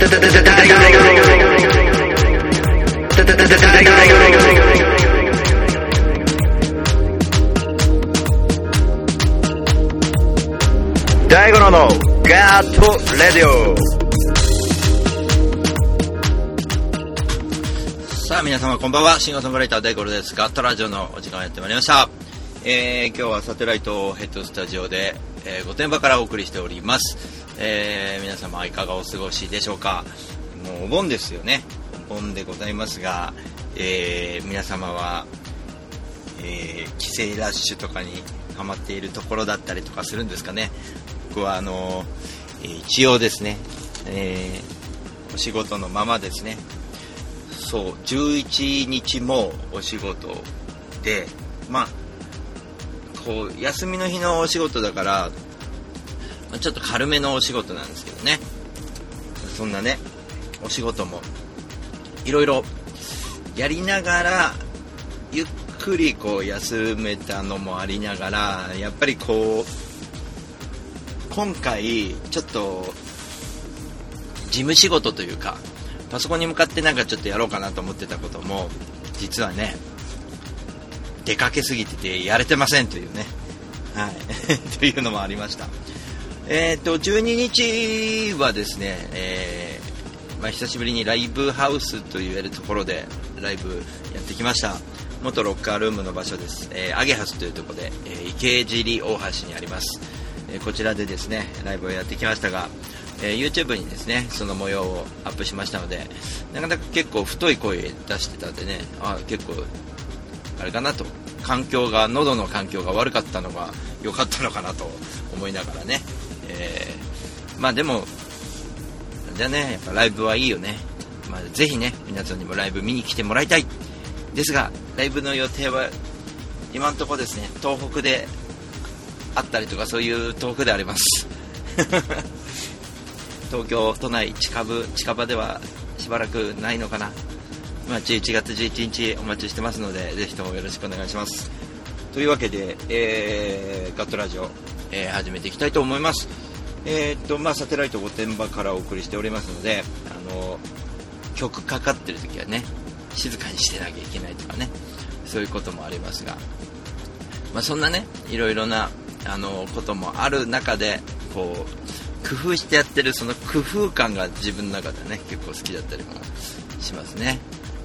大五郎のガットレディオ。 さあ皆様こんばんは、シンガーソングライター大五郎です。ガットラジオのお時間やってまいりました。今日はサテライトヘッドスタジオで、御殿場からお送りしております。皆様いかがお過ごしでしょうか。もうお盆ですよね。お盆でございますが、皆様は、帰省ラッシュとかにハマっているところだったりとかするんですかね。僕は一応ですね、お仕事のままですね。そう11日もお仕事で、こう休みの日のお仕事だからちょっと軽めのお仕事なんですけどね。そんなねお仕事もいろいろやりながらゆっくりこう休めたのもありながら、やっぱりこう今回ちょっと事務仕事というかパソコンに向かってなんかちょっとやろうかなと思ってたことも実はね出かけすぎててやれてませんというね、はいというのもありました。12日はですね、久しぶりにライブハウスといわれるところでライブやってきました。元ロッカールームの場所です。アゲハスというところで、池尻大橋にあります。こちらでですねライブをやってきましたが、YouTube にですねその模様をアップしましたので、なかなか結構太い声出してたんでね、結構あれかなと、喉の環境が悪かったのが良かったのかなと思いながらね、でもじゃあねやっぱライブはいいよね。ぜひね皆さんにもライブ見に来てもらいたいですが、ライブの予定は今のところですね東北であったりとか、そういう遠くであります東京都内近場ではしばらくないのかな。11月11日お待ちしてますので、ぜひともよろしくお願いします。というわけで、ガットラジオ、始めていきたいと思います。サテライト御殿場からお送りしておりますので、曲かかってる時はね静かにしてなきゃいけないとかね、そういうこともありますが、そんなねいろいろなこともある中でこう工夫してやってるその工夫感が自分の中でね結構好きだったりもしますね。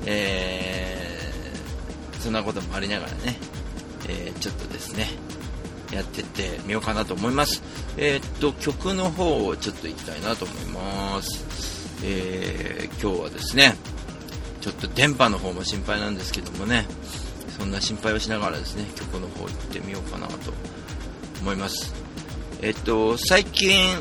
そんなこともありながらね、ちょっとですねやってってみようかなと思います。曲の方をちょっといきたいなと思います。今日はですねちょっと電波の方も心配なんですけどもね、そんな心配をしながらですね曲の方行ってみようかなと思います。最近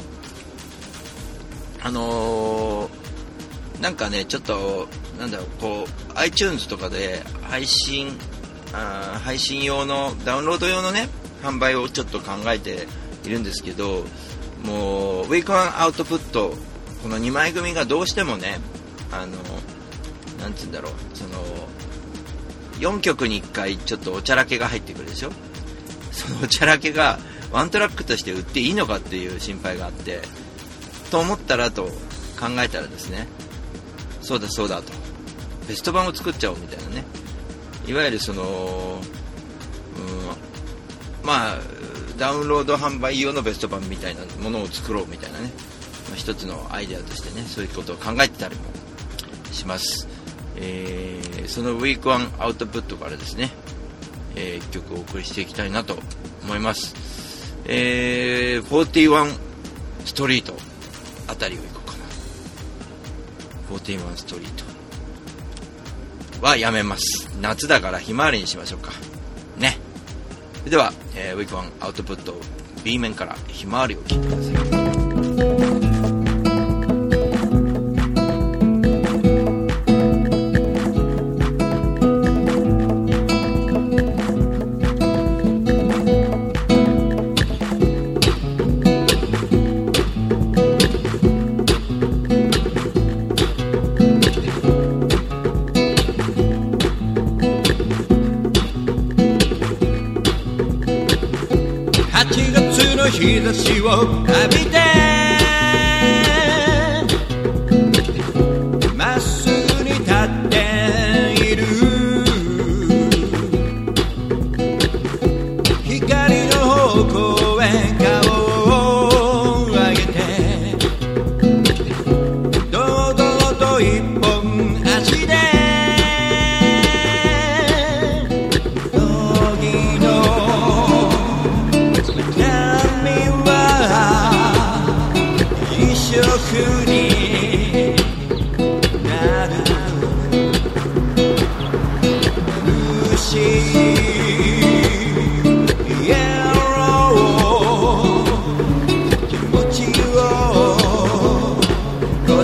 なんかねちょっとこう iTunes とかで配信用のダウンロード用のね販売をちょっと考えているんですけど、もうウィークワンアウトプットこの2枚組がどうしてもねなんつうんだろう、その4曲に1回ちょっとおちゃらけが入ってくるでしょ。そのおちゃらけがワントラックとして売っていいのかっていう心配があってと思ったらと考えたらですね、そうだとベスト版を作っちゃおうみたいなね、いわゆるそのダウンロード販売用のベスト版みたいなものを作ろうみたいなね、一つのアイデアとしてねそういうことを考えてたりもします。そのウィークワンアウトプットからですね、一曲お送りしていきたいなと思います。41ストリートあたりを行こうかな。41ストリートはやめます。夏だからひまわりにしましょうかね。それでは、ウィークワンアウトプット B 面からひまわりを聴いてください。 日差しを浴びて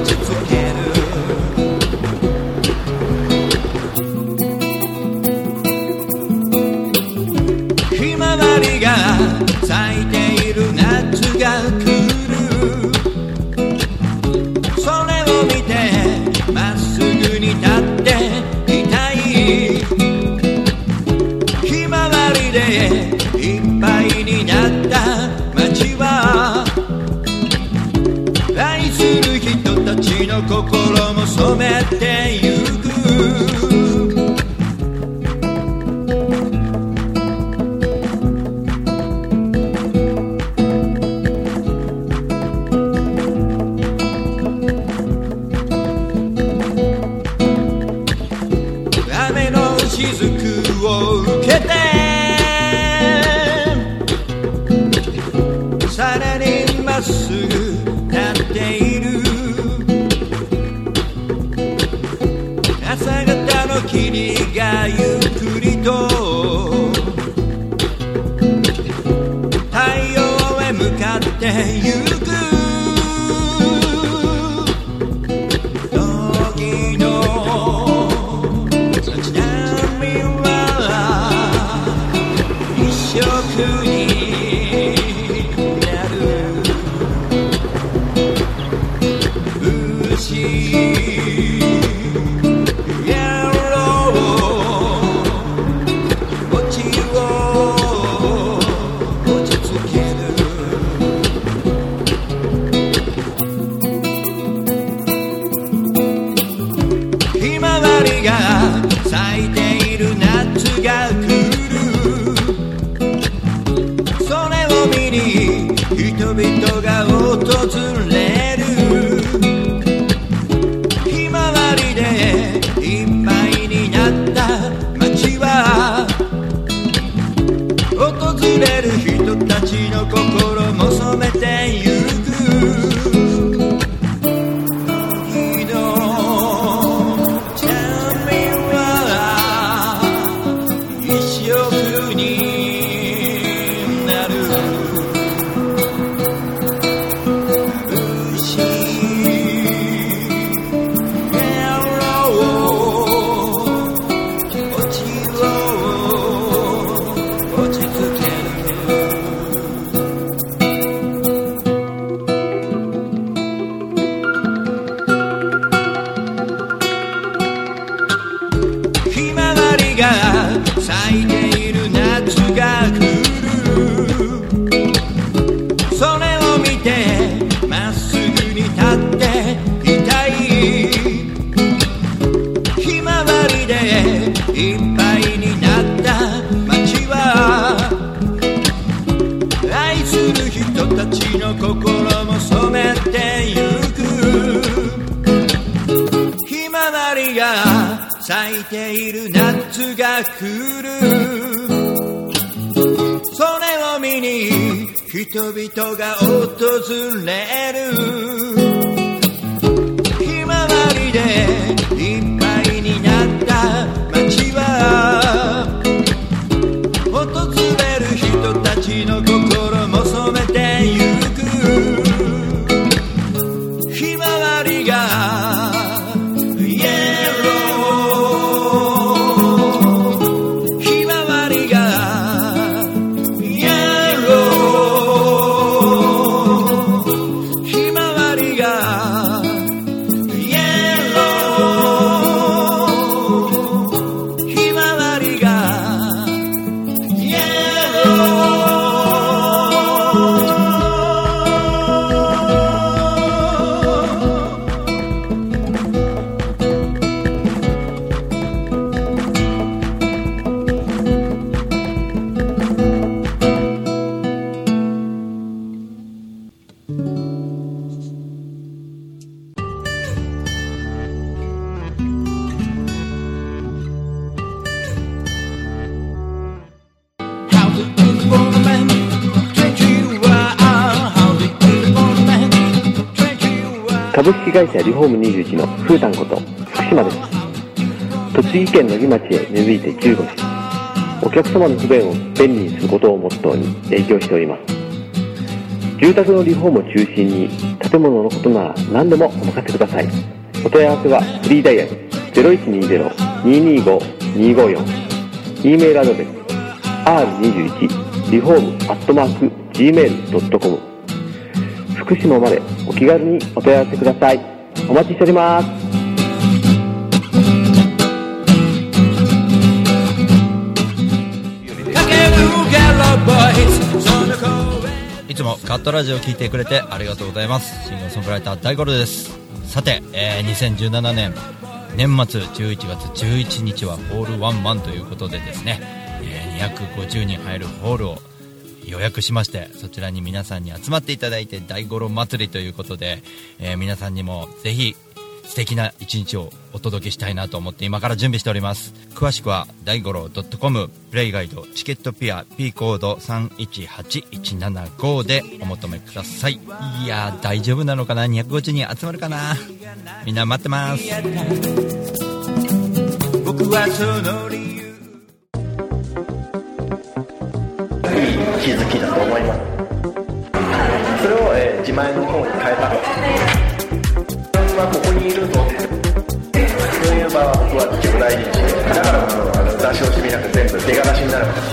ち着けるひまわりが咲いている夏が来るそれを見てまっすぐに立っていたいひまわりでいっぱいになった街は愛する人たちの心も染めてゆく雨の雫を受けてさらにまっすぐ立っている朝方の霧がゆっくりと太陽へ向かってゆく時の街並みは一色にひまわりが咲いている夏が来るそれを見に人々が訪れるひまわりでいっぱいになった街は訪れる人たちの心も染めてゆくひまわりが咲いている夏が来るそれを見てまっすぐに立っていたいひまわりでいっぱいになった街は愛する人たちの心も染めてゆくひまわりが咲いている夏が来るそれを見に人々が訪れるひまわりでいっぱいになった街は訪れる人たちの心も染めてゆくひまわりが株式会社リフォーム21のふうたんこと福島です。栃木県野木町へ根付いて15年、お客様の不便を便利にすることをモットーに営業しております。 住宅のリフォームを中心に建物のことなら何でもお任せください。お問い合わせはフリーダイヤル 0120-225-254、 E メールアドレス r21reform@gmail.com、 福島までお気軽にお問い合わせください。お待ちしております。 いつもカットラジオを聞いてくれてありがとうございます。シンガーソングライター大五郎です。さて、2017年年末11月11日はホールワンマンということでですね、250人入るホールを予約しまして、そちらに皆さんに集まっていただいて大五郎祭りということで、皆さんにもぜひ素敵な一日をお届けしたいなと思って今から準備しております。詳しくは大五郎 .com プレイガイドチケットピア P コード318175でお求めください。いや大丈夫なのかな、250人集まるかな、みんな待ってます。僕はその理由、 いい気づきだと思います。それを、自前の方に変えたと。ここにいるぞって、そういう場は僕は結構大事にして、だからこそ出し惜しみなく全部出がらしになるから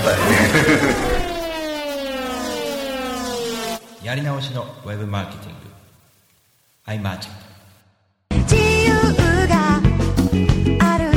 やり直しのウェブマーケティング iMerchant。 自由がある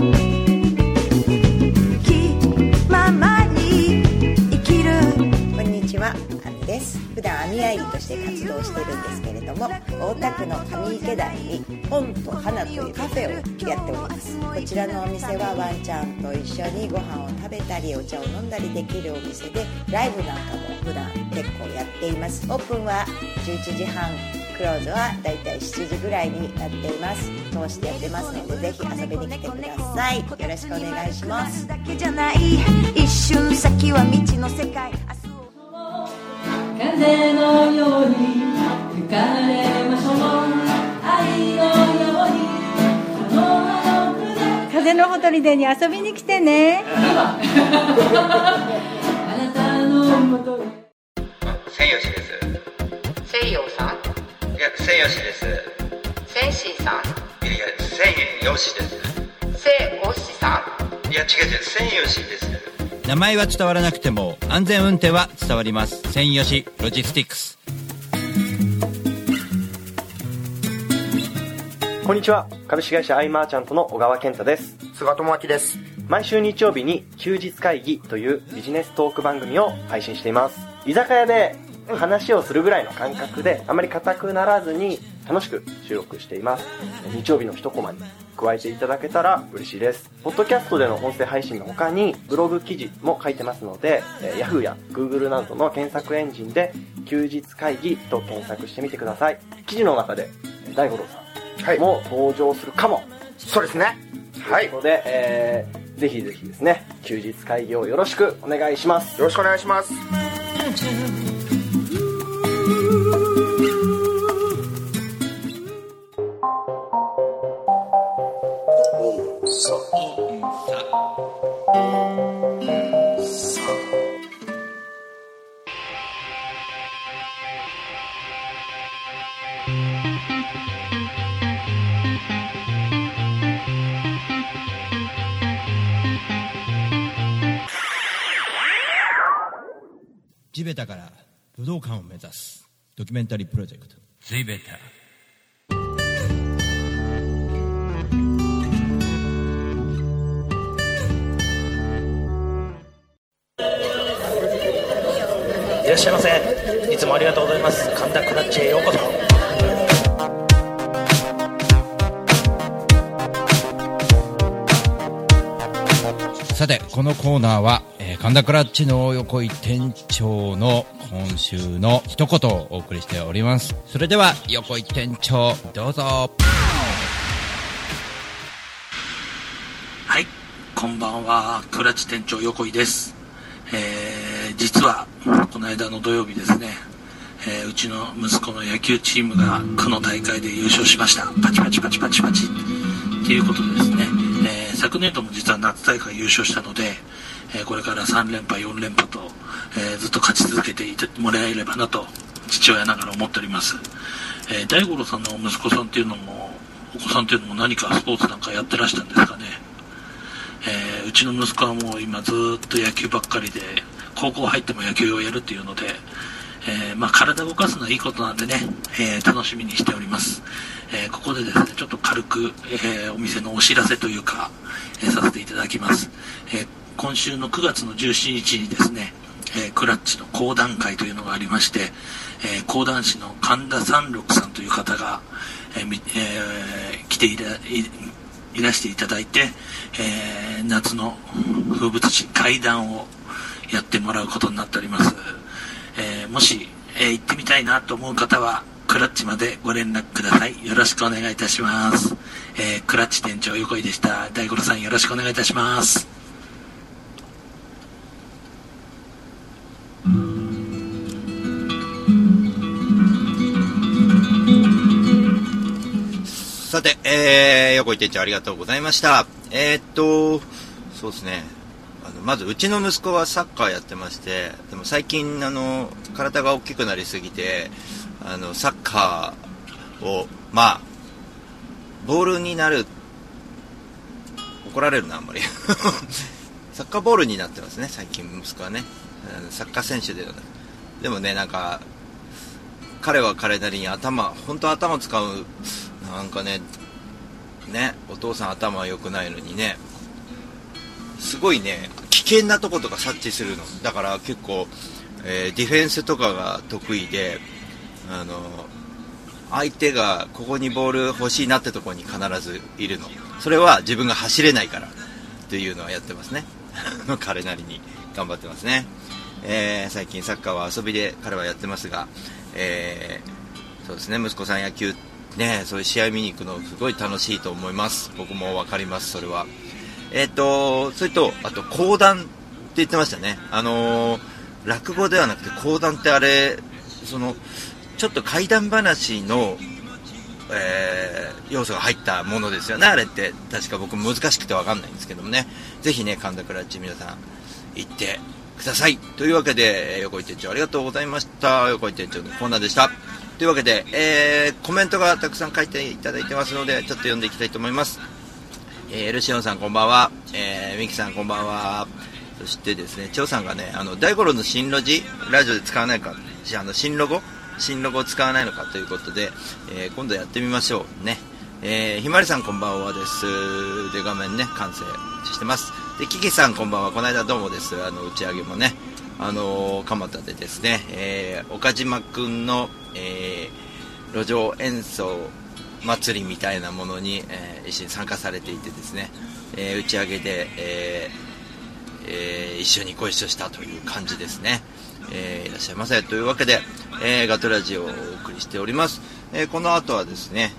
気ままに生きる。こんにちは、アミです。普段網あいりとして活動しているんですけれども、大田区の上池台に本と花というカフェをやっております。こちらのお店はワンちゃんと一緒にご飯を食べたりお茶を飲んだりできるお店で、ライブなんかも普段結構やっています。オープンは11時半、クローズはだいたい7時ぐらいになっています。通してやってますので、ぜひ遊びに来てください。よろしくお願いします。だけじゃない、一瞬先は未知の世界。 風のように吹かれましょう、愛のように風のほとりでに遊びに来てね。 あなたのもとへ。 千吉です。 西洋さん、 いや千吉です。 千シーさん、 いやいや千吉です。 西おしさん、いや違う千吉です。 名前は伝わらなくても安全運転は伝わります。千吉ロジスティックス。 こんにちは、株式会社iMerchantの小川健太です。 菅智明です。 毎週日曜日に休日会議というビジネストーク番組を配信しています。居酒屋で話をするぐらいの感覚で、あまり硬くならずに楽しく収録しています。日曜日の一コマに加えていただけたら嬉しいです。ポッドキャストでの音声配信の他にブログ記事も書いてますので、Yahoo や Google などの検索エンジンで休日会議と検索してみてください。記事の中で大五郎さんも登場するかも。 そうですね。はい。 ということで、ぜひぜひですね、休日会議をよろしくお願いします。 よろしくお願いします。 地べたから武道館を目指すドキュメンタリープロジェクト地べた。 いらっしゃいませ。いつもありがとうございます。神田クラッチへようこそ。 さてこのコーナーは、神田クラッチの横井店長の今週の一言をお送りしております。それでは横井店長どうぞ。 はい、こんばんは。クラッチ店長横井です。実はこの間の土曜日ですね、うちの息子の野球チームが区の大会で優勝しました。パチパチパチパチパチっていうことでですね、昨年度も実は夏大会優勝したので、これから3連覇4連覇と、ずっと勝ち続けていてもらえればなと父親ながら思っております。大五郎さんの息子さんっていうのも、お子さんっていうのも何かスポーツなんかやってらしたんですかね。うちの息子はもう今ずっと野球ばっかりで、高校入っても野球をやるっていうので、体を動かすのはいいことなんでね、楽しみにしております。ここでですね、ちょっと軽く、お店のお知らせというか、させていただきます。今週の9月の17日にですね、クラッチの講談会というのがありまして、講談師の神田三六さんという方が、来ていらしていただいて、夏の風物詩怪談をやってもらうことになっております。もし、行ってみたいなと思う方はクラッチまでご連絡ください。よろしくお願いいたします。クラッチ店長横井でした。大五郎さんよろしくお願いいたします。 さて、横井店長ありがとうございました。そうですね。まずうちの息子はサッカーやってまして、でも最近体が大きくなりすぎてサッカーをボールになる、怒られるなあんまりサッカーボールになってますね最近息子はね。サッカー選手でもね、なんか彼は彼なりに本当頭使う、なんかねお父さん頭良くないのにね、すごいね危険なとことか察知するのだから結構、ディフェンスとかが得意で、相手がここにボール欲しいなってところに必ずいるの。それは自分が走れないからっていうのはやってますね彼なりに頑張ってますね。最近サッカーは遊びで彼はやってますが、そうですね、息子さん野球ね、そういう試合見に行くのすごい楽しいと思います。僕も分かります。それはそれとあと講談って言ってましたね。落語ではなくて講談ってちょっと怪談話の、要素が入ったものですよね。あれって確か僕難しくて分かんないんですけどもね、ぜひね神田クラッチ皆さん行ってください。というわけで横井店長ありがとうございました。横井店長のコーナーでした。というわけで、コメントがたくさん書いていただいてますのでちょっと読んでいきたいと思います。エルシオンさんこんばんは、ミキさんこんばんは。そしてですね、張さんがね大五郎の新ロジラジオで使わないか、新ロゴを使わないのかということで、今度やってみましょうね。ひまわりさんこんばんはです。で画面ね完成してます。でキキさんこんばんは、この間どうもです。打ち上げもね蒲田でですね、岡島くんの、路上演奏祭りみたいなものに、一緒に参加されていてですね、打ち上げで、一緒にご一緒したという感じですね。いらっしゃいませ。というわけで、ガトラジオをお送りしております。この後はですね、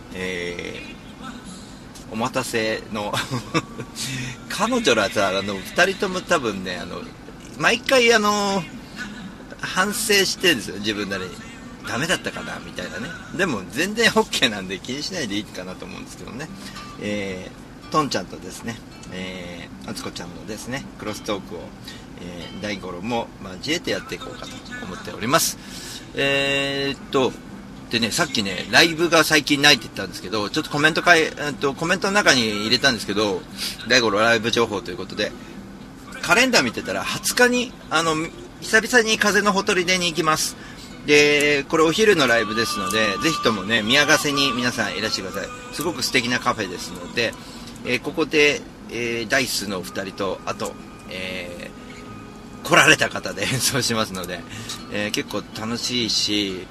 お待たせの彼女らさ2人とも多分ね毎回反省してるんですよ自分なりに。ダメだったかなみたいなね。でも全然 OK なんで気にしないでいいかなと思うんですけどね。トンちゃんとですね、あつこちゃんのですねクロストークを、大五郎も交えてやっていこうかと思っております。でね、さっきねライブが最近ないって言ったんですけど、ちょっとコメントの中に入れたんですけど、大五郎ライブ情報ということでカレンダー見てたら20日に久々に風のほとりでに行きます。でこれお昼のライブですのでぜひともね宮ヶ瀬に皆さんいらしてください。すごく素敵なカフェですので、ここで、ダイスの2人とあと、来られた方で演奏しますので、結構楽しいし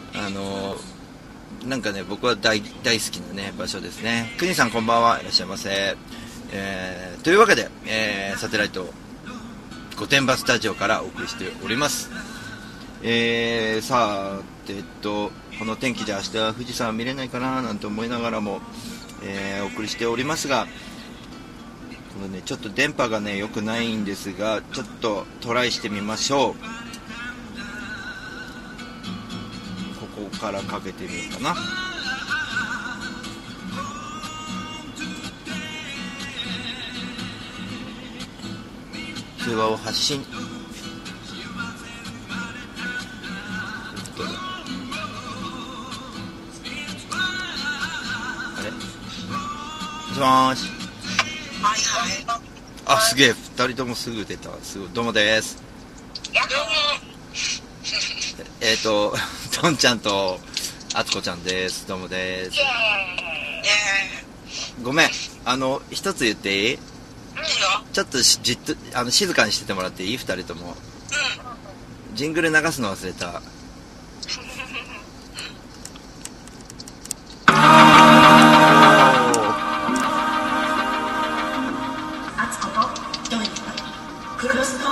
なんかね僕は大好きなね場所ですね。国さんこんばんはいらっしゃいませ。というわけで、サテライト御殿場スタジオからお送りしております。さあこの天気じゃ明日は富士山見れないかななんて思いながらも、お送りしておりますが、このねちょっと電波がね良くないんですがちょっとトライしてみましょう。ここからかけてみようかな。通話を発信。 あれもしもーし。 はいはい。 あ、すげえ、二人ともすぐ出た。すぐ、どうもです。 どうも。 とんちゃんとあつこちゃんです。どうもです。ごめん、一つ言っていい？ちょっとじっと静かにしててもらっていい？二人とも。ジングル流すの忘れた。 あつことどうにかクロストーク。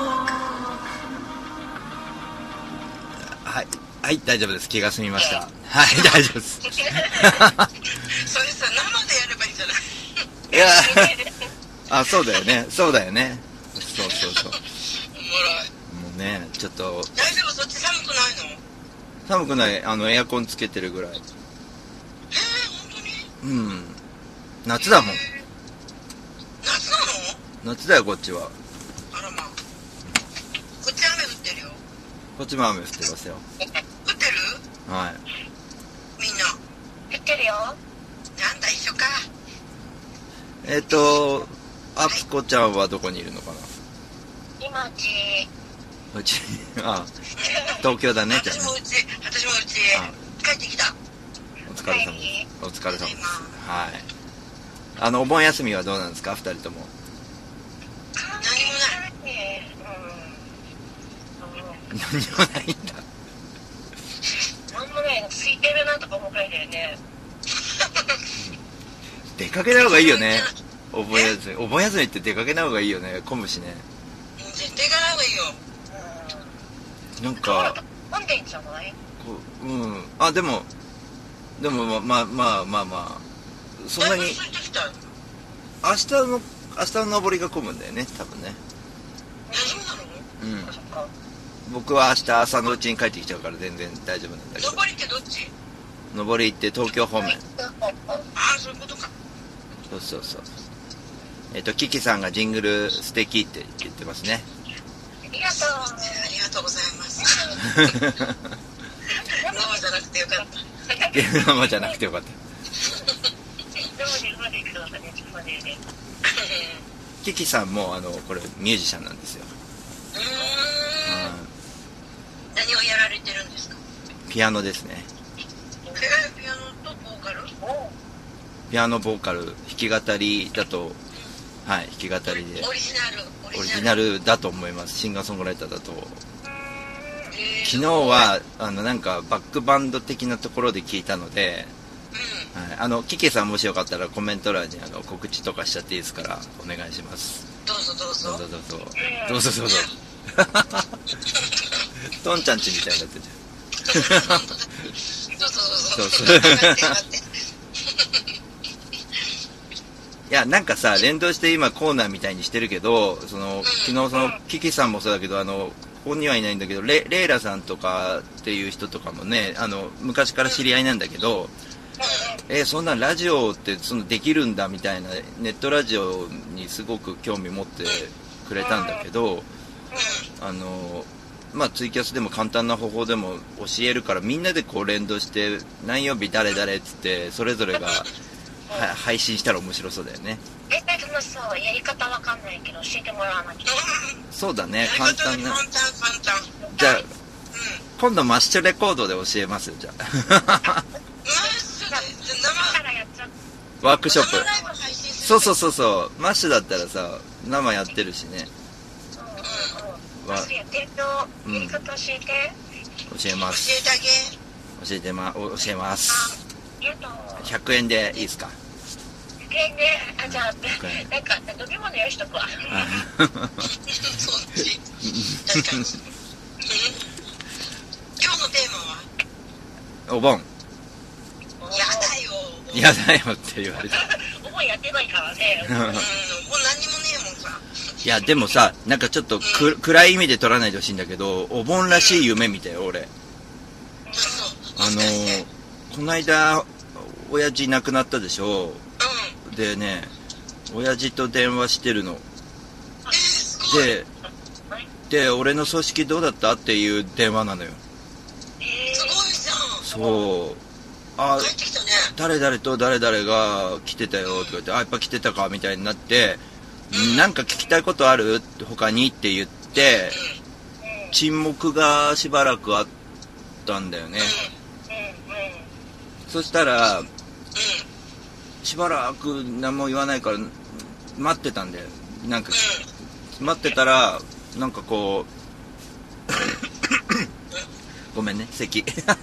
はい、大丈夫です。気が済みました。はい、大丈夫です。 それさ、生でやればいいんじゃない？ いや、そうだよね。そう。おもろい。もうね、ちょっと。 大丈夫？そっち寒くないの？ 寒くない。エアコンつけてるぐらい。 本当に？ うん。夏だもん。 夏なの？ 夏だよ、こっちは。 あらまあ。こっち雨降ってるよ。 こっちも雨降ってますよ。 降ってる？ はい。 みんな。降ってるよ。なんだ、一緒か。 あつこちゃんはどこにいるのかな？ 今うち。 東京だね、じゃあね。 私もうち。帰ってきた。 お疲れ様です。お疲れ様です。はい。お盆休みはどうなんですか、二人とも。 何もない。 何もないんだ。 何もないの、空いてるなとか思うくらいだよね。 出かけた方がいいよね。お盆休みって出かけた方がいいよね。混むしね。 絶対行かない方がいいよ。 なんか。 混んでんじゃない？ あ、でもまあそんなに。明日の上りが混むんだよね、多分ね。 そうなの？ 僕は明日朝のうちに帰ってきちゃうから全然大丈夫なんだけど。 上りってどっち？ 上りって東京方面。 そういうことか。 そう。キキさんがジングル素敵って言ってますね。 ありがとうございます。生じゃなくてよかった。 生じゃなくてよかった。キキさんもこれミュージシャンなんですよ。 何をやられてるんですか？ ピアノですね。 ピアノとボーカル？ ピアノボーカル、弾き語りだと、はい、弾き語りでオリジナルだと思います。シンガーソングライターだと。昨日はなんかバックバンド的なところで聞いたので、はい、キケさんもしよかったらコメント欄に告知とかしちゃっていいですからお願いします。 どうぞトンちゃんちみたいになってるじゃん。いや、なんかさ、連動して今コーナーみたいにしてるけど、昨日キキさんもそうだけど、ここにはいないんだけど、レイラさんとかっていう人とかもね、昔から知り合いなんだけど、そんなラジオってできるんだみたいな、ネットラジオにすごく興味持ってくれたんだけど、ツイキャスでも簡単な方法でも教えるから、みんなでこう連動して、何曜日誰っつって、それぞれが、配信したら面白そうだよね。 そのさ、やり方わかんないけど教えてもらわなきゃ。 そうだね、簡単な。じゃあ、今度マッシュレコードで教えますよ、じゃあ。ワークショップ。そうマッシュだったらさ、生やってるしね。 マッシュやってると、やり方教えて。 教えます。 教えてあげ。 教えます。100円でいいですか ？100円で、じゃあ、なんか飲み物用意しとくわ。そっち。確かに。今日のテーマは？ お盆。 やだよって言われた。 お盆やってないからね。もう何にもねえもんさ。 いや、でもさ、なんかちょっと暗い意味で取らないでほしいんだけど、お盆らしい夢見たよ、俺。この間、親父亡くなったでしょ。でね、親父と電話してるの。で、俺の葬式どうだったっていう電話なのよ。 すごいじゃん。 そう。 帰ってきたね。 誰々と誰々が来てたよとか言って、やっぱ来てたかみたいになって、なんか聞きたいことある他にって言って、沈黙がしばらくあったんだよね。そしたら、しばらく何も言わないから待ってたんだよ。なんか待ってたら、なんかこうごめんね、咳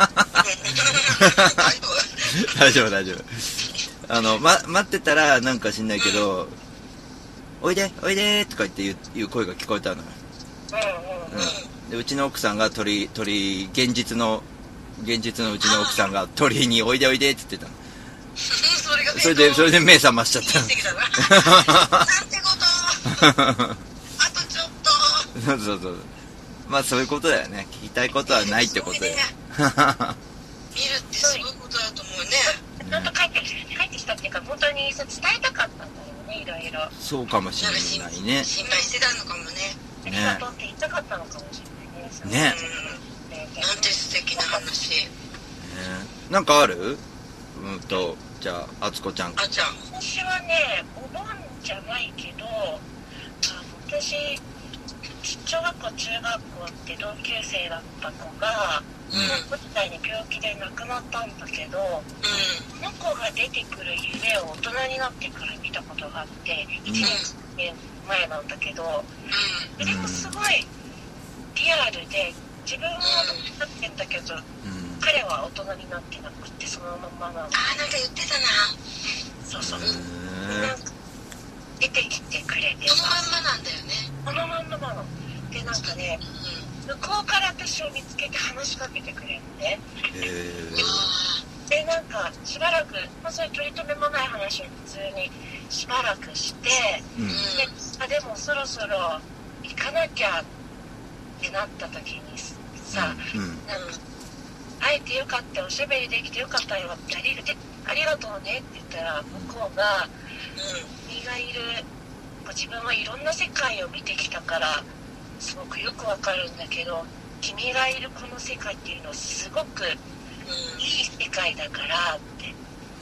大丈夫大丈夫。待ってたらなんか知んないけど、おいでおいでとか言って言う声が聞こえたのよ。でうちの奥さんが現実のうちの奥さんが鳥においでおいでって言ってたの。それで目覚ましちゃったなんてことあとちょっとそうまあそういうことだよね。聞きたいことはないってことだよ。 見るってすごいことだと思うね。ちゃんと帰ってきたっていうか、本当に伝えたかったんだよね、いろいろ。 そうかもしれないね。 心配してたのかもね。ありがとうって言いたかったのかもしれないね。ね。なんて素敵な話。 なんかある？じゃあ、あつこちゃん。 私はね、お盆じゃないけど、私、小学校、中学校って同級生だった子が、高校時代に病気で亡くなったんだけど、その子が出てくる夢を大人になってから見たことがあって、1年前なんだけど、でもすごいリアルで、自分はなってんだけど、彼は大人になってなくてそのままなの。なんか言ってたな。そうなんか出てきてくれて、そのまんまなんだよね。そのまんまなので、なんかね、向こうから私を見つけて話しかけてくれるのね。でなんかしばらく、そういう取り留めもない話を普通にしばらくして、でもそろそろ行かなきゃってなった時にさ、会えてよかった、おしゃべりできてよかったよってありがとうねって言ったら、向こうが、君がいる、自分はいろんな世界を見てきたからすごくよくわかるんだけど、君がいるこの世界っていうのはすごくいい世界だからって、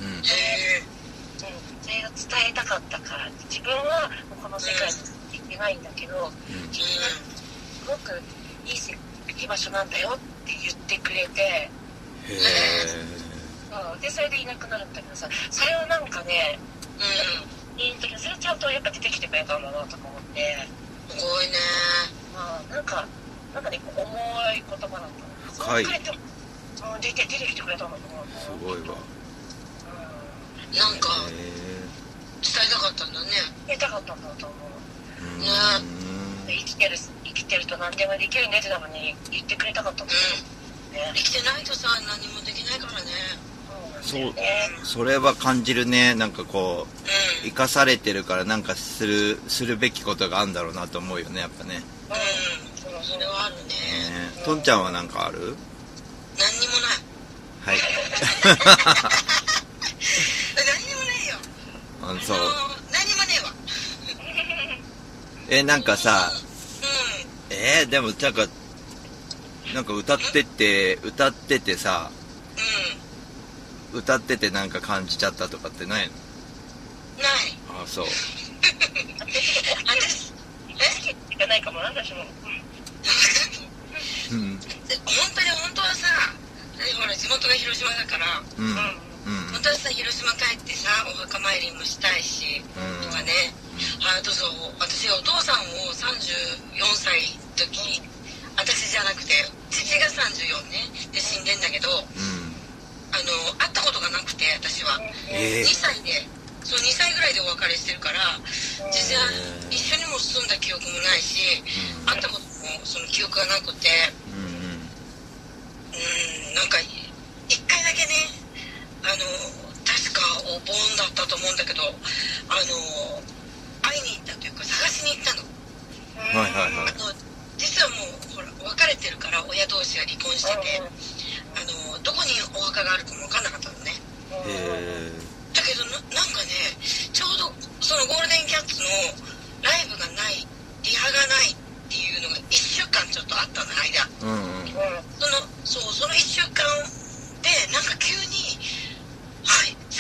それを伝えたかったからって。自分はこの世界に行ってないんだけど、君がすごくいい場所なんだよって言ってくれて、でそれでいなくなるんだけどさ、それをなんかね、それちゃんとやっぱ出てきてくれたんだなとか思って、すごいね。なんかね、重い言葉だったの。深い。出てきてくれたんだと思う。 すごいわ。 なんか伝えたかったんだね。伝えたかったんだと思う。ね。生きてると何でもできるねって多分ね言ってくれたかったと思う。生きてないとさ、何もできないからね。 それは感じるね。なんかこう、生かされてるからなんかするべきことがあるんだろうなと思うよね、やっぱね。 それはあるね。 とんちゃんはなんかある？ 何にもない。 はい。 何にもないよ。 そう。 何にもねえわ。なんかさ、でもなんか歌っててさ、歌っててなんか感じちゃったとかってないの？ ない。 あ、そう。 私がないかもなんだしも。本当はさ、ほら地元が広島だから、本当はさ、広島帰ってさ、お墓参りもしたいし、とかね。私お父さんを34歳の時、私じゃなくて父が34ねで死んでんだけど、会ったことがなくて、私は2歳で、そう2歳ぐらいでお別れしてるから、実際一緒にも住んだ記憶もないし、会ったこともその記憶がなくて、なんか一回だけね、確かお盆だったと思うんだけど、会いに行ったというか探しに行ったの。実はもうほら別れてるから、親同士が離婚してて、どこにお墓があるかも分かんなかったのね。だけどなんかね、ちょうどそのゴールデンキャッツのライブがない、リハがないっていうのが1週間ちょっとあったの間、その1週間でなんか急に、はい、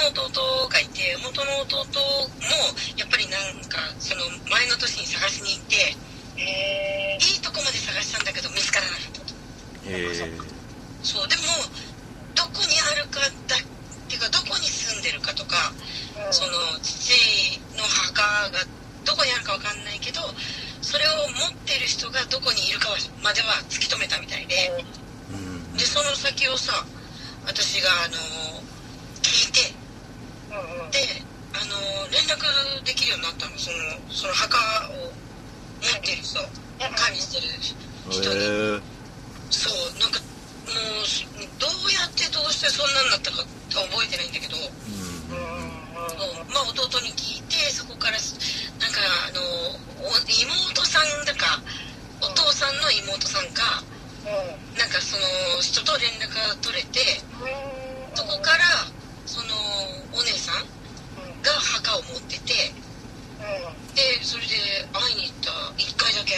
弟がいて、元の弟もやっぱりなんかその前の年に探しに行って、いいとこまで探したんだけど見つからなかったと。そうでもどこにあるかだっていうか、どこに住んでるかとか、その父の墓がどこにあるかわかんないけど、それを持ってる人がどこにいるかまでは突き止めたみたいで、でその先をさ私が聞いて、で連絡できるようになったの。その墓を持ってる人、管理してる人に、そうなんかもうどうやってどうしてそんなになったか覚えてないんだけど、まあ弟に聞いて、そこからなんか妹さんだかお父さんの妹さんか、なんかその人と連絡が取れて、そこからそのお姉さんが墓を持ってて、でそれで会いに行った1回だけ。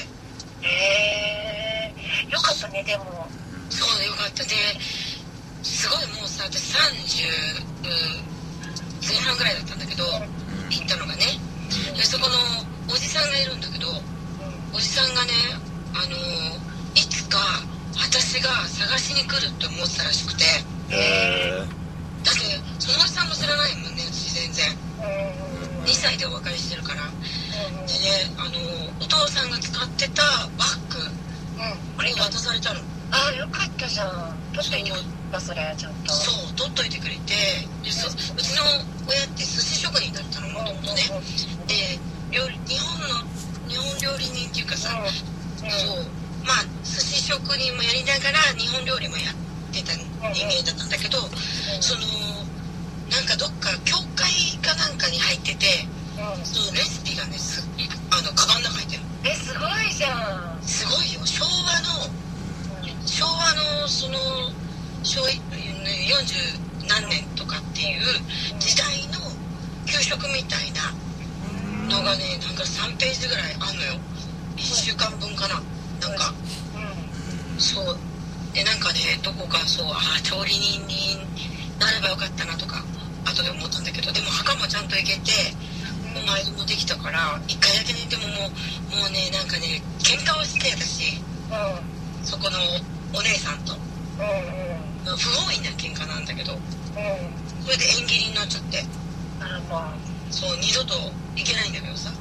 よかったね。でもそうよかった。ですごいもうさ、私30前半ぐらいだったんだけど、行ったのがね。でそこのおじさんがいるんだけど、おじさんがねいつか私が探しに来るって思ってたらしくて、だってそのおじさんも知らないもんね、私全然。2歳でお別れしてるから。でね、お父さんが使ってたバッグ、これ渡されたの。 ああよかったじゃん。取っといてくれた、それちゃんと。 そう取っといてくれて、でうちの親って寿司職人だったの、もともとね。で日本料理人っていうかさ、そうまあ寿司職人もやりながら日本料理もやってた人間だったんだけど、そのなんかどっか教会かなんかに入ってて、そのレシピがねカバンの中入ってる。 すごいじゃん。 すごいよ。昭和のその40何年とかっていう時代の給食みたいなのがね、なんか3ページぐらいあんのよ。1週間分かな、なんか、そうでなんかね、どこかそう調理人になればよかったなとか後で思ったんだけど、でも墓もちゃんと行けてお参りもできたから、1回だけね。でももうね、なんかね喧嘩をして私、そこのお姉さんと、不本意な喧嘩なんだけど、それで縁切りになっちゃって、そう二度と行けないんだけどさ、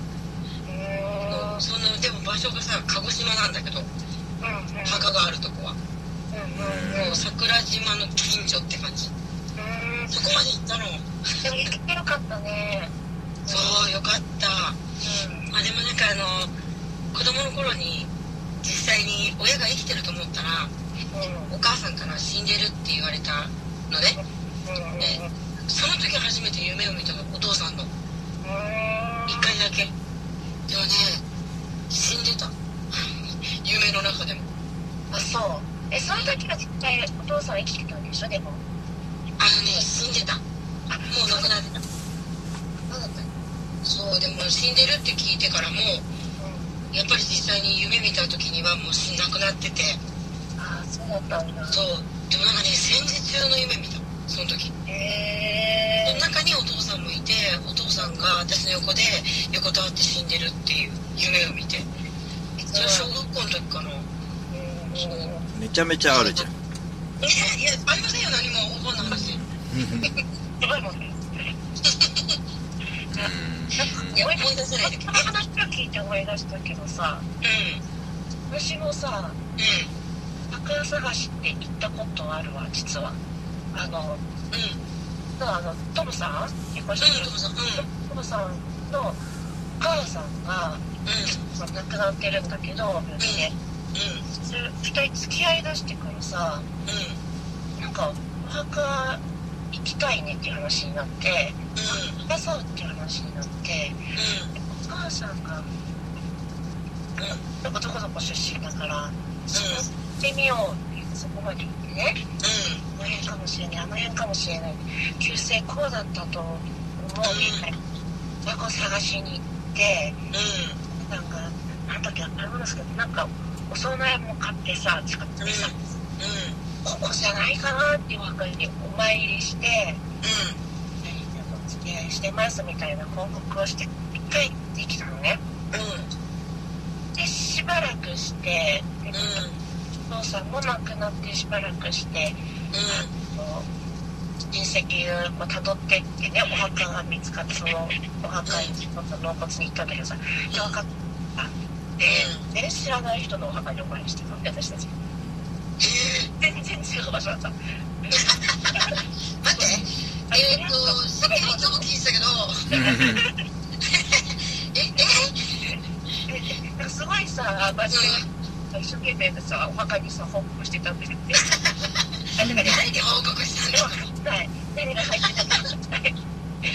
でも場所がさ鹿児島なんだけど、墓があるとこは、もう桜島の近所って感じ。そこまで行ったの。 でも行けてよかったね。 そうよかった。まあでもなんか子供の頃に実際に親が生きてると思ったら、お母さんから死んでるって言われたのね。でその時初めて夢を見たの、お父さんの。1回だけ。でもね、死んでた。夢の中でも。 あ、そう。その時は絶対お父さん生きてたんでしょ。でも死んでた。もう亡くなってた。そうでも死んでるって聞いてからも、やっぱり実際に夢見た時にはもう死んなくなってて。 ああ、そうだったんだ。 そうでもなんかね、戦時中の夢見た、その時。その中にお父さんもいて、お父さんが私の横で横たわって死んでるっていう夢を見て、それ小学校の時かな。 めちゃめちゃあるじゃん。 いやありませんよ、何もこんな話。すごいもんね。思い出せないで。 この話を聞いて思い出したけどさ、私もさ、墓探しって行ったことあるわ、実は。トムさん結婚してるトムさんのお母さんが、亡くなってるんだけど、病気で。2人付き合いだしてからさ、なんかお墓行きたいねっていう話になって、行そうっていう話になって、お母さんが、どこ出身だから、そこ行ってみようって言って、そこまで行ってね、あの辺かもしれない、あの辺かもしれない、旧姓こうだったと思うみたいな、そこ探しに行って、なんか、なんだっけ、あれなんですけど、なんか、お供えも買ってさ、使ってさ、ここじゃないかなっていう墓にお参りして、 してますみたいな報告をして帰ってきたのね。でしばらくして、お父さんも亡くなってしばらくして、親戚をたどってってね、お墓が見つかって、そのお墓に納骨に行ったんだけどさ、で分かったで、ね、知らない人のお墓にお参りしてたの、私たち。全然違う場所だった。待って、すぐにいつも聞いてたけどすごいさ、真面目に一生懸命でさ、お墓にさ、報告してたんだけどね。 何に報告したの？ 何が入ってたか分かんない。いいね。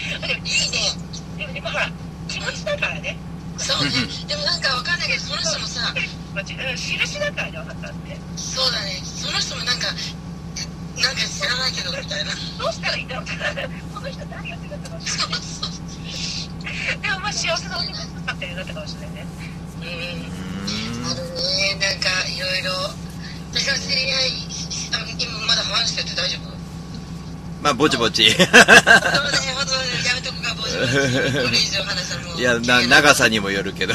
でもほら、気持ちだからね。 そうね。でもなんか分かんないけど、その人もさ、 印だからね、お墓って。 そうだね。その人もなんか知らないけどみたいな。 どうしたらいいんだろうってこの人何やってたかもしれない。でもまあ幸せなお気持ちだったりだったかもしれないね。 あるね、なんかいろいろ。私の知り合い、今まだ話してて大丈夫？ まあぼちぼち。 そうね、ほんとやめとくか、ぼちぼち。これ以上話したらもう。 いや、長さにもよるけど。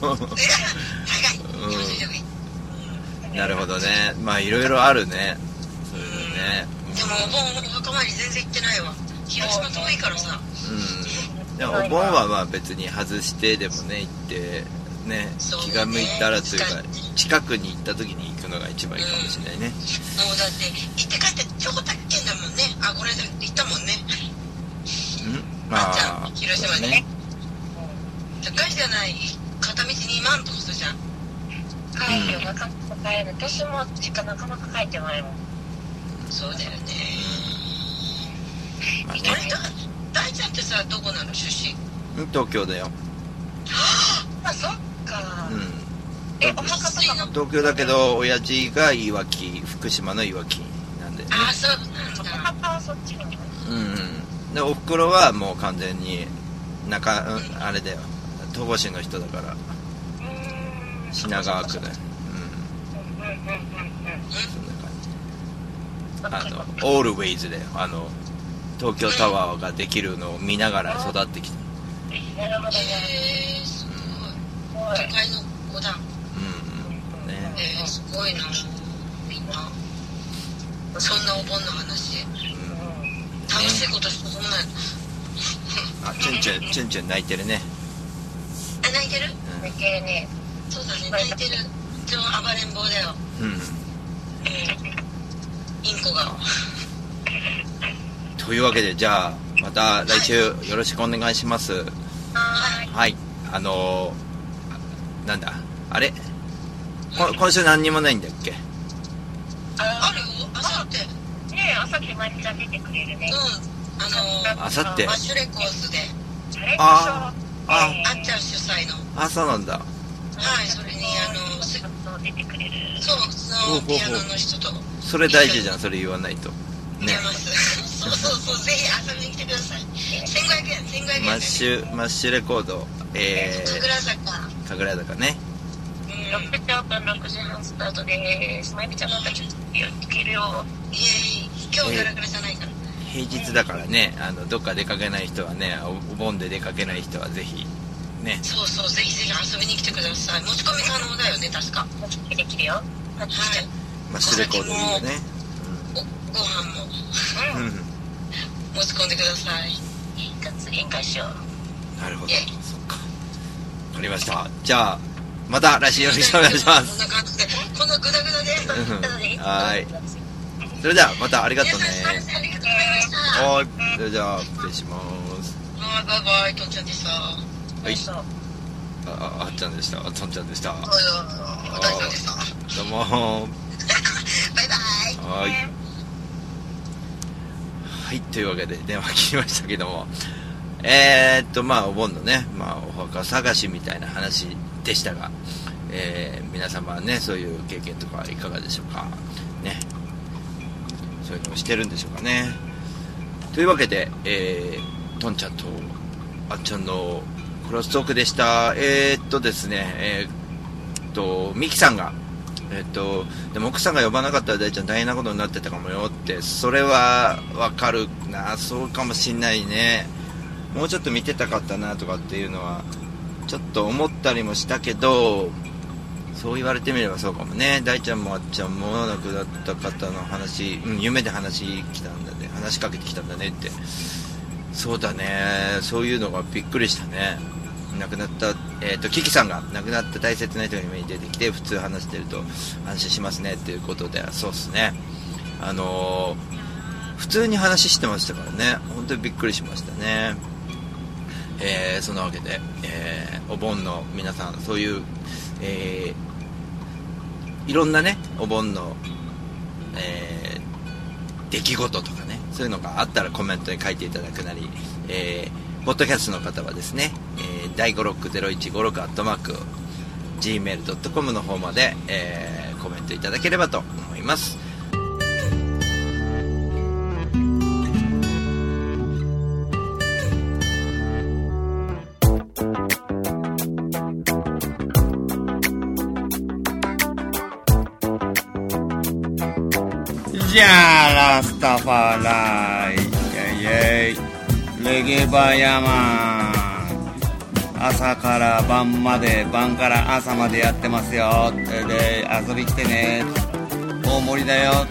なるほどね。まあいろいろあるね。そういうね。 でもお墓参り全然行ってないわ。広島遠いからさ。 でもお盆はまあ別に外してでもね行ってね、気が向いたらというか近くに行った時に行くのが一番いいかもしれないね。 もうだって行って帰って超高いんだもんね。あ、これで行ったもんね。あっちゃん広島にね。高いじゃない。片道2万とかするじゃん。 帰るよ、なかなか帰る。私も実家なかなか帰ってないもん。 そうだよね。大ちゃんってさ、どこなの出身？ 東京だよ。 あ、そっか。お墓とか東京だけど親父がいわき、福島のいわきなんでね。 あ、そうなんだ。 お墓はそっちなの？ でおふくろはもう完全にあれだよ、戸越の人だから品川区だよ。そんな感じ。オールウェイズだよ。東京タワーができるのを見ながら育ってきた。 なるほどね。 すごい。都会の子だ。すごいな、みんな。そんなお盆の話。楽しいことしかそんな。 あ、チュンチュン泣いてるね。 あ、泣いてる？ 泣いてるね。 そうだね、泣いてる。超暴れん坊だよ。インコが。 というわけで、じゃあまた来週よろしくお願いします。はい。なんだあれ、今週何にもないんだっけ？ あるよ、あさって。 ねえ、あさってまりちゃん出てくれるね。 あさって。 マッシュレコースで。 あっちゃん主催の。 あ、そうなんだ。 はい、それに出てくれる。 そう、そのピアノの人と。 それ大事じゃん、それ言わないと。ね。 そう、ぜひ遊びに来てください。1500円。 マッシュレコード、神楽坂ね。 6時オープン、6時半スタートでーす。まゆみちゃんなんかちょっと行けるよ。 今日ガラガラじゃないから。 平日だからね、どっか出かけない人はね、お盆で出かけない人はぜひね。 そう、ぜひ遊びに来てください。持ち込み可能だよね、確か。 持ち込みできるよ。はい。 マッシュレコードいいよね。 ご飯も持ち込んでください。 がっつり宴会しよう。なるほど。そっか。わかりました。じゃあまた来週よろしくお願いします。 こんな感じで、このグダグダで。 はい。それではまたありがとうね。 ありがとうございました。 はい。それじゃあ失礼します。 はい、バイバイ。とんちゃんでした。 はい。あっちゃんでした。とんちゃんでした。 大さんでした。 どうも。 バイバイ。 はい。はい、というわけで電話切りましたけども、まあお盆のね、まあお墓探しみたいな話でしたが、皆様はね、そういう経験とかいかがでしょうかね。そういうのをしてるんでしょうかね。というわけで、とんちゃんとあっちゃんのクロストークでした。ですね、ミキさんがでも奥さんが呼ばなかったら大ちゃん大変なことになってたかもよって、それはわかるな、そうかもしんないね。 もうちょっと見てたかったなとかっていうのはちょっと思ったりもしたけど、そう言われてみればそうかもね。大ちゃんもあっちゃんも亡くなった方の話、夢で話来たんだね、話しかけてきたんだねって。そうだね、そういうのがびっくりしたね。亡くなった、キキさんが亡くなった大切な人が夢に出てきて、普通話してると安心しますねっていうことで、そうっすね。普通に話してましたからね、本当にびっくりしましたね。そんなわけで、お盆の皆さん、そういう、いろんなね、お盆の、出来事とかね、そういうのがあったらコメントに書いていただくなり、ポッドキャストの方はですね、第560156@gmail.com の方まで、コメントいただければと思います。 じゃあラスタファライイェイイェイレゲバヤマン、朝から晩まで、晩から朝までやってますよ。で遊び来てね、大盛りだよ。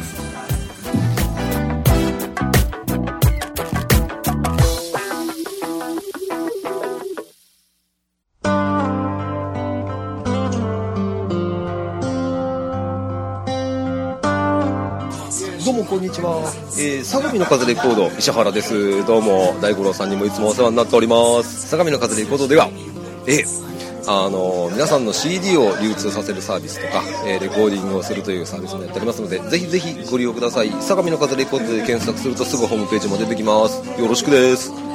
どうもこんにちは、相模の風レコード石原です。どうも大五郎さんにもいつもお世話になっております。相模の風レコードでは、皆さんの CD を流通させるサービスとか、レコーディングをするというサービスもやっておりますので、ぜひぜひご利用ください。相模の風レコードで検索するとすぐホームページも出てきます。よろしくです。 君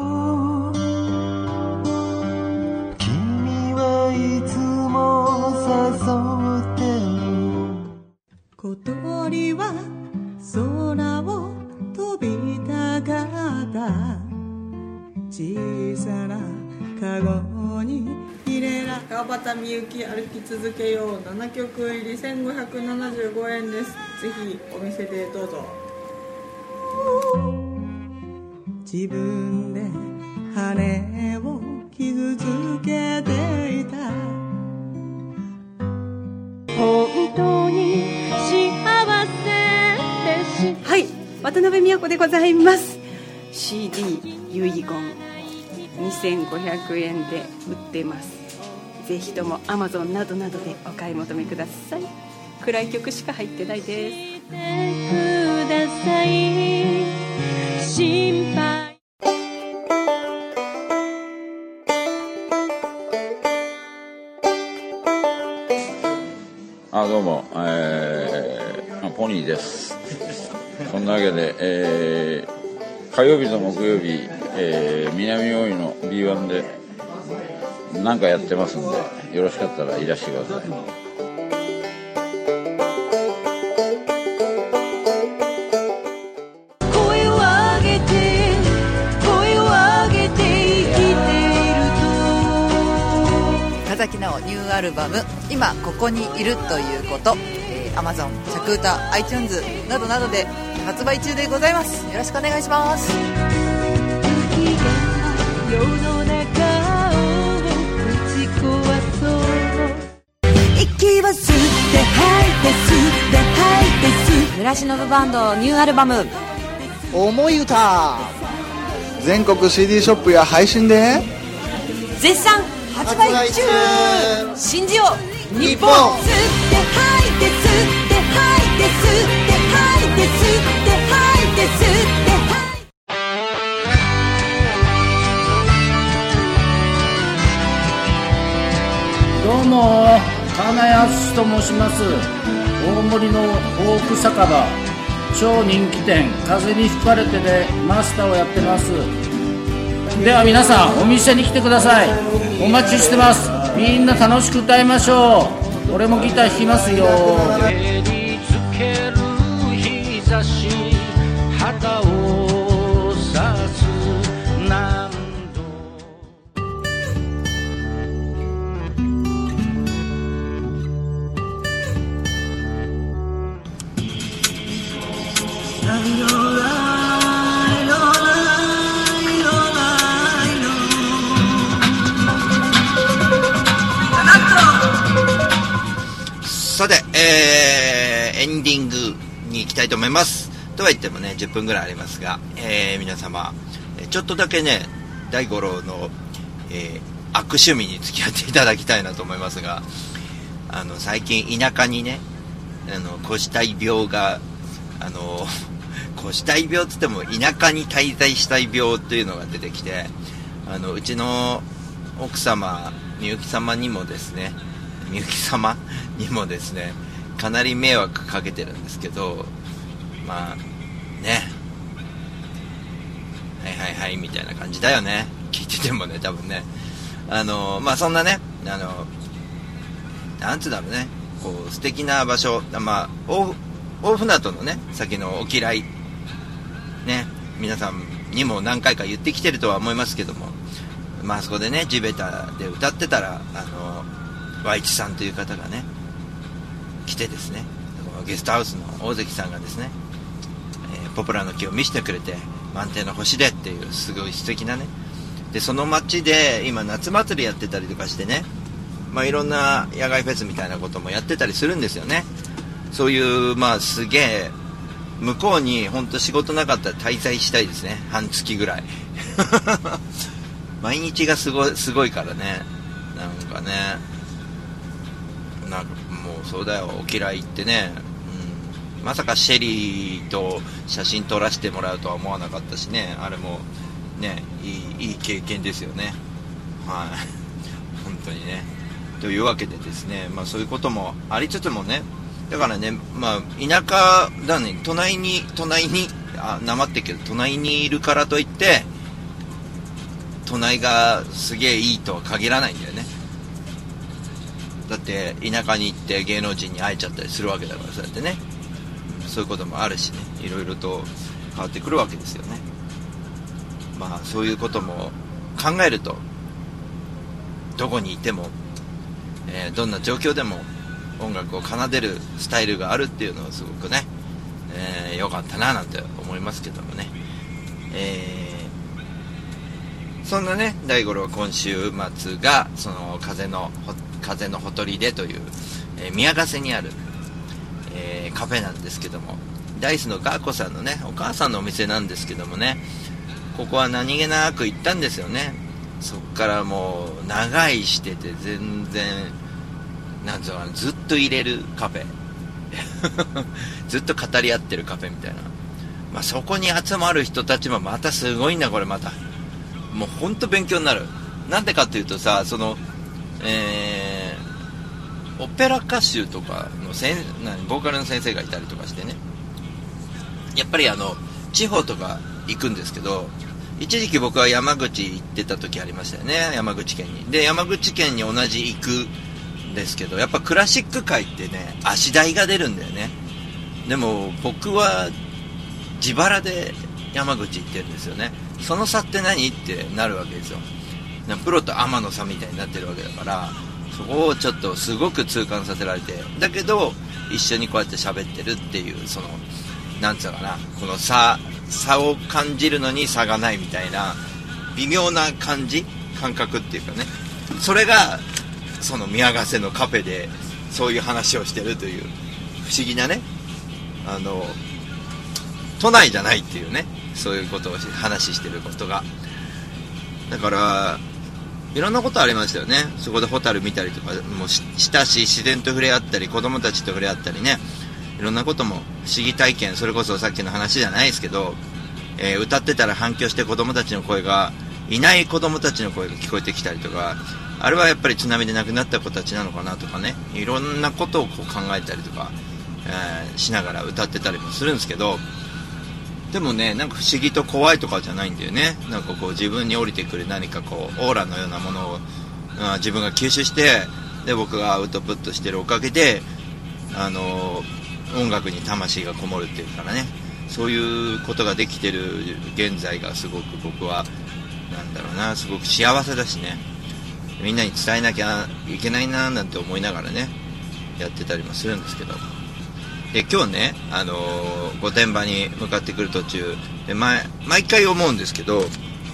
はいつも誘って小鳥は空を飛びたかった、小さなカゴに入れら川端美幸歩き続けよう7曲入り1575円です。ぜひお店でどうぞ。自分で羽を傷つけていた、本当に幸せ。 はい、渡辺美代子でございます。 CD 遺言2500円で売ってます。ぜひとも Amazon などなどでお買い求めください。暗い曲しか入ってないです。ください、心配。 どうも、ポニーです。そんなわけで、火曜日と木曜日、南大井の B1 で何かやってますんで、よろしかったらいらしてください。 声を上げて生きていると、 田崎直ニューアルバム今ここにいるということ、Amazon、着歌、iTunes などなどで発売中でございます。よろしくお願いします。 世の中をぶち壊そう、息は吸って吐いて吸って吐いて吸って、 村忍バンドニューアルバム思い歌、全国 CD ショップや配信で絶賛発売中。信じよう日本。 吸って吐いて吸って吐いて吸って吐いて吸って吐いて吸って吐いて。 どうも金安と申します。大森のフォーク酒場超人気店風に吹かれてでマスターをやってます。では皆さんお店に来てください。お待ちしてます。みんな楽しく歌いましょう。俺もギター弾きますよ。照りつける日差し肌を刺す何度。 I know エンディングに行きたいと思います。とは言ってもね、10分ぐらいありますが、皆様、ちょっとだけね、大五郎の、悪趣味に付き合っていただきたいなと思いますが、最近田舎にね、腰体病が、腰体病つっても田舎に滞在したい病っていうのが出てきて、うちの奥様、みゆき様にもですね、かなり迷惑かけてるんですけど、まあね、はいみたいな感じだよね、聞いててもね、多分ね、まあそんなね、なんつうんだろうね、こう素敵な場所、まあ大船渡のね、先のお嫌いね、皆さんにも何回か言ってきてるとは思いますけども、まあそこでね、地べたで歌ってたら、和一さんという方がね来てですね、ゲストハウスの大関さんがですね、ポプラの木を見せてくれて、満天の星でっていうすごい素敵なね、でその街で今夏祭りやってたりとかしてね、まあいろんな野外フェスみたいなこともやってたりするんですよね。そういうまあすげえ向こうに本当仕事なかったら滞在したいですね、半月ぐらい毎日がすごいからね、なんかね、なんかもうそうだよ、お嫌いってね、まさかシェリーと写真撮らせてもらうとは思わなかったしね、あれもね、いい経験ですよね、はい、本当にね。というわけでですね、まあそういうこともありつつもね、だからね、まあ田舎だね、隣になまってるけど、隣にいるからといって隣がすげえいいとは限らないんだよね。だって田舎に行って芸能人に会えちゃったりするわけだから、そうやってね、そういうこともあるしね、いろいろと変わってくるわけですよね。まあそういうことも考えると、どこにいても、どんな状況でも音楽を奏でるスタイルがあるっていうのはすごくね、良かったななんて思いますけどもね、そんなね、大五郎は今週末がその風のほとりでという、宮ヶ瀬にある、カフェなんですけども、ダイスのガーコさんのね、お母さんのお店なんですけどもね、ここは何気なく行ったんですよね。そっからもう長居してて、全然なんつうのかな、ずっと入れるカフェずっと語り合ってるカフェみたいな、まあ、そこに集まる人たちもまたすごいんだ、これまたもうほんと勉強になる。なんでかっていうとさ、そのオペラ歌手とかのボーカルの先生がいたりとかしてね、やっぱり地方とか行くんですけど、一時期僕は山口行ってた時ありましたよね、山口県に。で山口県に同じ行くんですけど、やっぱクラシック界ってね、足代が出るんだよね。でも僕は自腹で山口行ってるんですよね。その差って何ってなるわけですよ。プロとアマの差みたいになってるわけだから、そこをちょっとすごく痛感させられて、だけど一緒にこうやって喋ってるっていう、そのなんつうのかな、この差を感じるのに差がないみたいな微妙な感覚っていうかね、それがその宮ヶ瀬のカフェでそういう話をしてるという不思議なね、都内じゃないっていうね、そういうことを話してることが、だからいろんなことありましたよね。そこでホタル見たりとかもしたし、自然と触れ合ったり、子供たちと触れ合ったりね、いろんなことも不思議体験、それこそさっきの話じゃないですけど、歌ってたら反響して子供たちの声が、いない子供たちの声が聞こえてきたりとか、あれはやっぱり津波で亡くなった子たちなのかなとかね、いろんなことをこう考えたりとか、しながら歌ってたりもするんですけど、でもね、なんか不思議と怖いとかじゃないんだよね。なんかこう自分に降りてくる何かこうオーラのようなものを、自分が吸収して、で僕がアウトプットしてるおかげで音楽に魂がこもるっていうからね、そういうことができてる現在がすごく僕はなんだろうな、すごく幸せだしね、みんなに伝えなきゃいけないななんて思いながらねやってたりもするんですけど、で今日ね、御殿場に向かってくる途中で、毎回思うんですけど、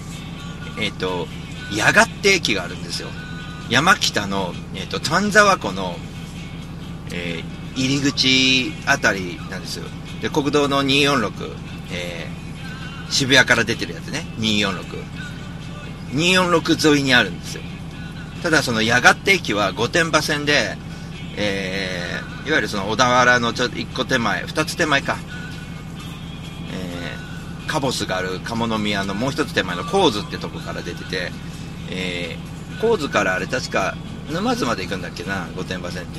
矢賀って駅があるんですよ。山北の、丹沢湖の、 入り口あたりなんですよ。で国道の246、渋谷から出てるやつね、246沿いにあるんですよ。ただその矢ヶ手駅は御殿場線で、いわゆるその小田原のちょっと1個手前、2つ手前か、カボスがある鴨宮のもう1つ手前の高津ってとこから出てて、高津からあれ確か沼津まで行くんだっけな、御殿場線って、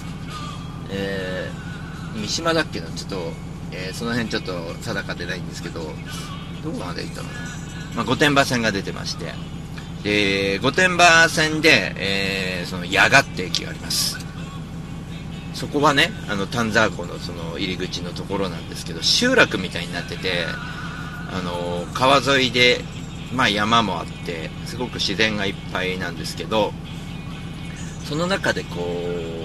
三島だっけな、ちょっと、その辺ちょっと定かでないんですけど、どこまで行ったのかな、御殿場線が出てまして、で御殿場線で、その矢ヶ手駅があります。そこはね、丹沢湖のその入り口のところなんですけど、集落みたいになってて、川沿いで、山もあってすごく自然がいっぱいなんですけど、その中でこ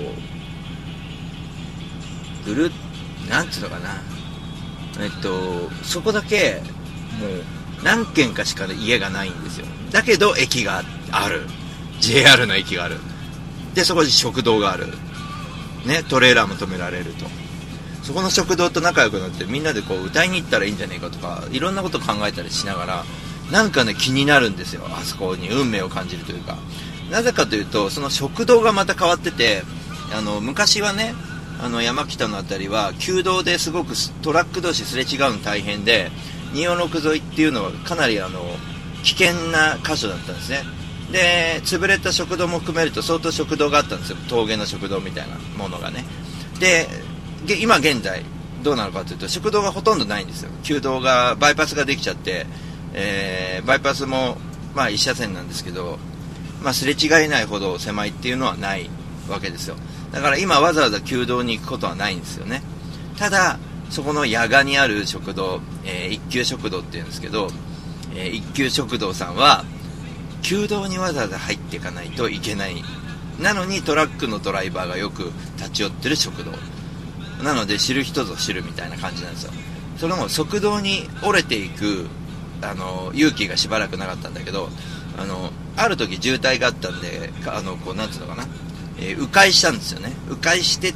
うぐるなんつうのかな、そこだけもう何軒かしか家がないんですよ。だけど駅がある、 JR の駅がある。でそこに食堂があるね、トレーラーも止められると。そこの食堂と仲良くなってみんなでこう歌いに行ったらいいんじゃないかとか、いろんなこと考えたりしながら、なんかね気になるんですよ。あそこに運命を感じるというか、なぜかというとその食堂がまた変わってて、昔はね、山北のあたりは旧道ですごくトラック同士すれ違うの大変で、246沿いっていうのはかなり危険な箇所だったんですね。で潰れた食堂も含めると相当食堂があったんですよ、峠の食堂みたいなものがね。で今現在どうなのかというと、食堂がほとんどないんですよ。旧道がバイパスができちゃって、バイパスも1車線なんですけど、すれ違えないほど狭いっていうのはないわけですよ。だから今わざわざ旧道に行くことはないんですよね。ただそこの矢賀にある食堂、一休食堂っていうんですけど、一休食堂さんは旧道にわざわざ入っていかないといけない。なのにトラックのドライバーがよく立ち寄ってる食堂なので、知る人ぞ知るみたいな感じなんですよ。それも側道に折れていく勇気がしばらくなかったんだけど、ある時渋滞があったんで、こうなんていうのかな、迂回したんですよね。迂回してって、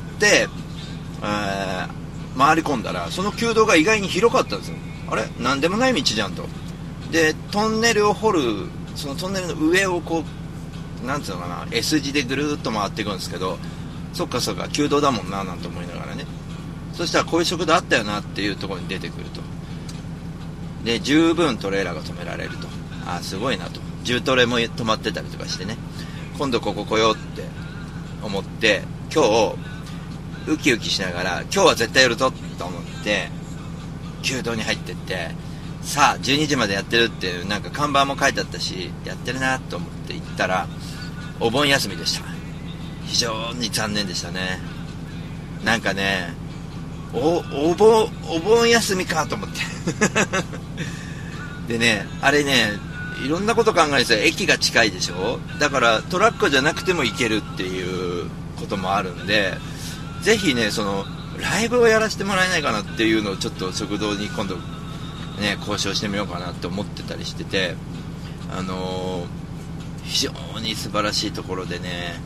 回り込んだらその旧道が意外に広かったんですよ。あれなんでもない道じゃんと。でトンネルを掘る、そのトンネルの上をこうなんていうのかな、 S 字でぐるーっと回っていくんですけど、そっかそっか旧道だもんななんて思いながらね。そしたらこういう食堂あったよなっていうところに出てくると。で十分トレーラーが止められると。あ、すごいなと。重トレも止まってたりとかしてね、今度ここ来ようって思って、今日ウキウキしながら今日は絶対やるぞと思って旧道に入ってって、さあ12時までやってるっていうなんか看板も書いてあったし、やってるなと思って行ったらお盆休みでした。非常に残念でしたね。なんかね、お盆休みかと思ってでね、あれね、いろんなこと考えて、駅が近いでしょ。だからトラックじゃなくても行けるっていうこともあるんで、ぜひね、そのライブをやらせてもらえないかなっていうのをちょっと食堂に今度ね交渉してみようかなって思ってたりしてて、非常に素晴らしいところでね、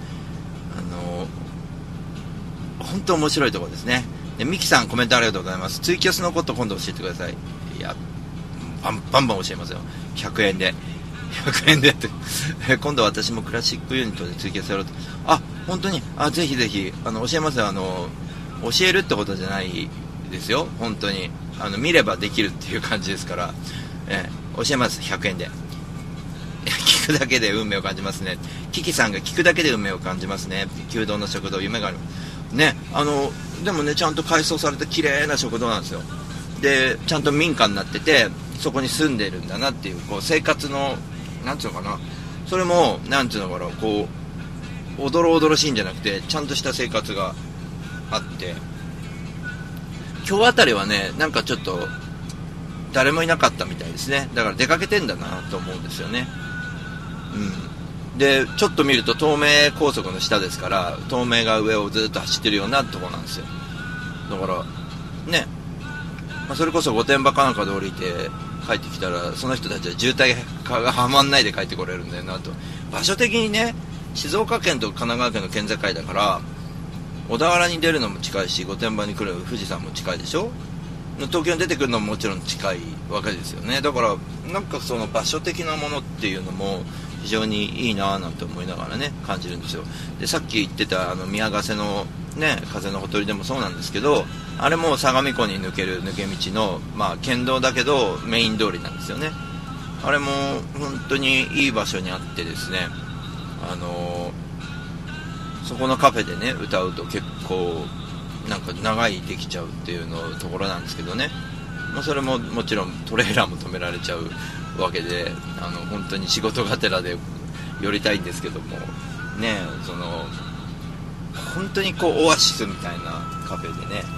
本当面白いところですね。でミキさんコメントありがとうございます。ツイキャスのこと今度教えてください。いやバンバン教えますよ。100円でって今度私もクラシックユニットでツイキャスやろうと。あ、本当に、あ、ぜひぜひ教えますよ。教えるってことじゃないですよ、本当に見ればできるっていう感じですから、教えます。100円で聞くだけで運命を感じますね。キキさんが聞くだけで運命を感じますね。旧道の食堂夢があるね。でもね、ちゃんと改装された綺麗な食堂なんですよ。でちゃんと民家になってて、そこに住んでるんだなっていう、こう生活のなんていうのかな、それもなんていうのかな、こうおどろおどろしいんじゃなくてちゃんとした生活があって、今日あたりはねなんかちょっと誰もいなかったみたいですね。だから出かけてんだなと思うんですよね。でちょっと見ると東名高速の下ですから、東名が上をずっと走ってるようなところなんですよ。だからね、それこそ御殿場かなんかで降りて帰ってきたら、その人たちは渋滞がはまんないで帰ってこれるんだよなと。場所的にね、静岡県と神奈川県の県境だから、 小田原に出るのも近いし、御殿場に来る富士山も近いでしょ。東京に出てくるのももちろん近いわけですよね。だからなんかその場所的なものっていうのも非常にいいなぁなんて思いながらね感じるんですよ。でさっき言ってた宮ヶ瀬のね風のほとりでもそうなんですけど、あれも相模湖に抜ける抜け道の、まあ、県道だけどメイン通りなんですよね。あれも本当にいい場所にあってですね、そこのカフェでね歌うと結構なんか長いできちゃうっていうのところなんですけどね、まあ、それももちろんトレーラーも止められちゃうわけで、本当に仕事がてらで寄りたいんですけどもね、その本当にこうオアシスみたいなカフェでね、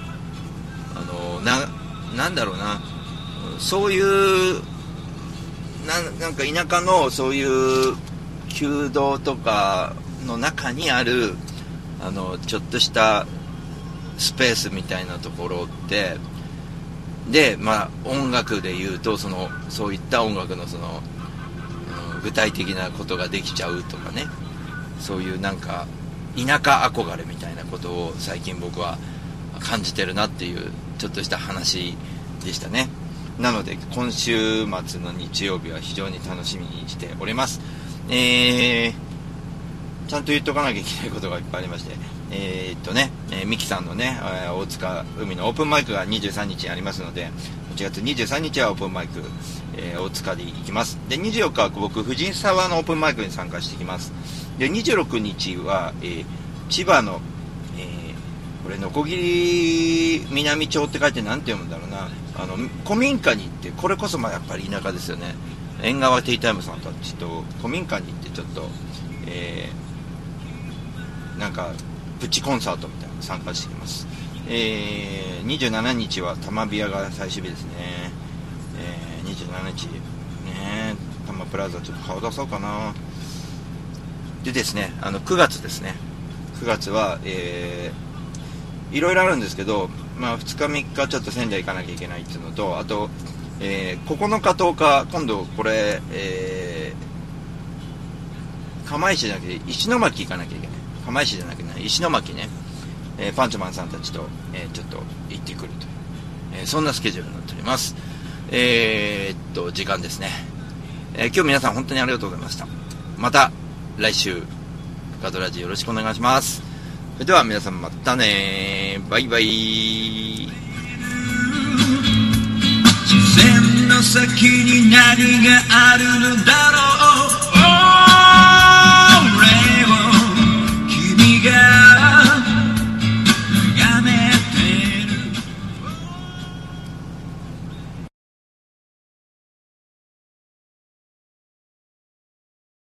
なんだろうな、そういうなんか田舎のそういう旧道とかの中にあるちょっとしたスペースみたいなところってで、まあ、音楽でいうとそういった音楽の具体的なことができちゃうとかね、そういうなんか田舎憧れみたいなことを最近僕は感じてるなっていうちょっとした話でしたね。なので今週末の日曜日は非常に楽しみにしております。ちゃんと言っとかなきゃいけないことがいっぱいありまして、ミキさんのね、大塚海のオープンマイクが23日にありますので、8月23日はオープンマイク、大塚で行きます。で、24日は僕、藤沢のオープンマイクに参加してきます。で、26日は、千葉の、これ、のこぎり南町って書いてなんて読むんだろうな、古民家に行って、これこそまあやっぱり田舎ですよね。縁側ティータイムさんたちと古民家に行ってちょっと、なんかプチコンサートみたいなの参加してきます。27日は玉ビアが最終日ですね。27日ね、玉プラザちょっと顔出そうかな。でですね、9月ですね。9月は、いろいろあるんですけど、まあ、2日3日ちょっと仙台行かなきゃいけないっていうのと、あと、9日10日今度これ、釜石じゃなくて石巻行かなきゃいけない。釜石じゃなくて石巻ね、パンチョマンさんたちと、ちょっと行ってくるという、そんなスケジュールになっております。時間ですね。今日皆さん本当にありがとうございました。また来週ガトラジよろしくお願いします。それでは皆さんまたね、バイバイ。 視線の先に何があるの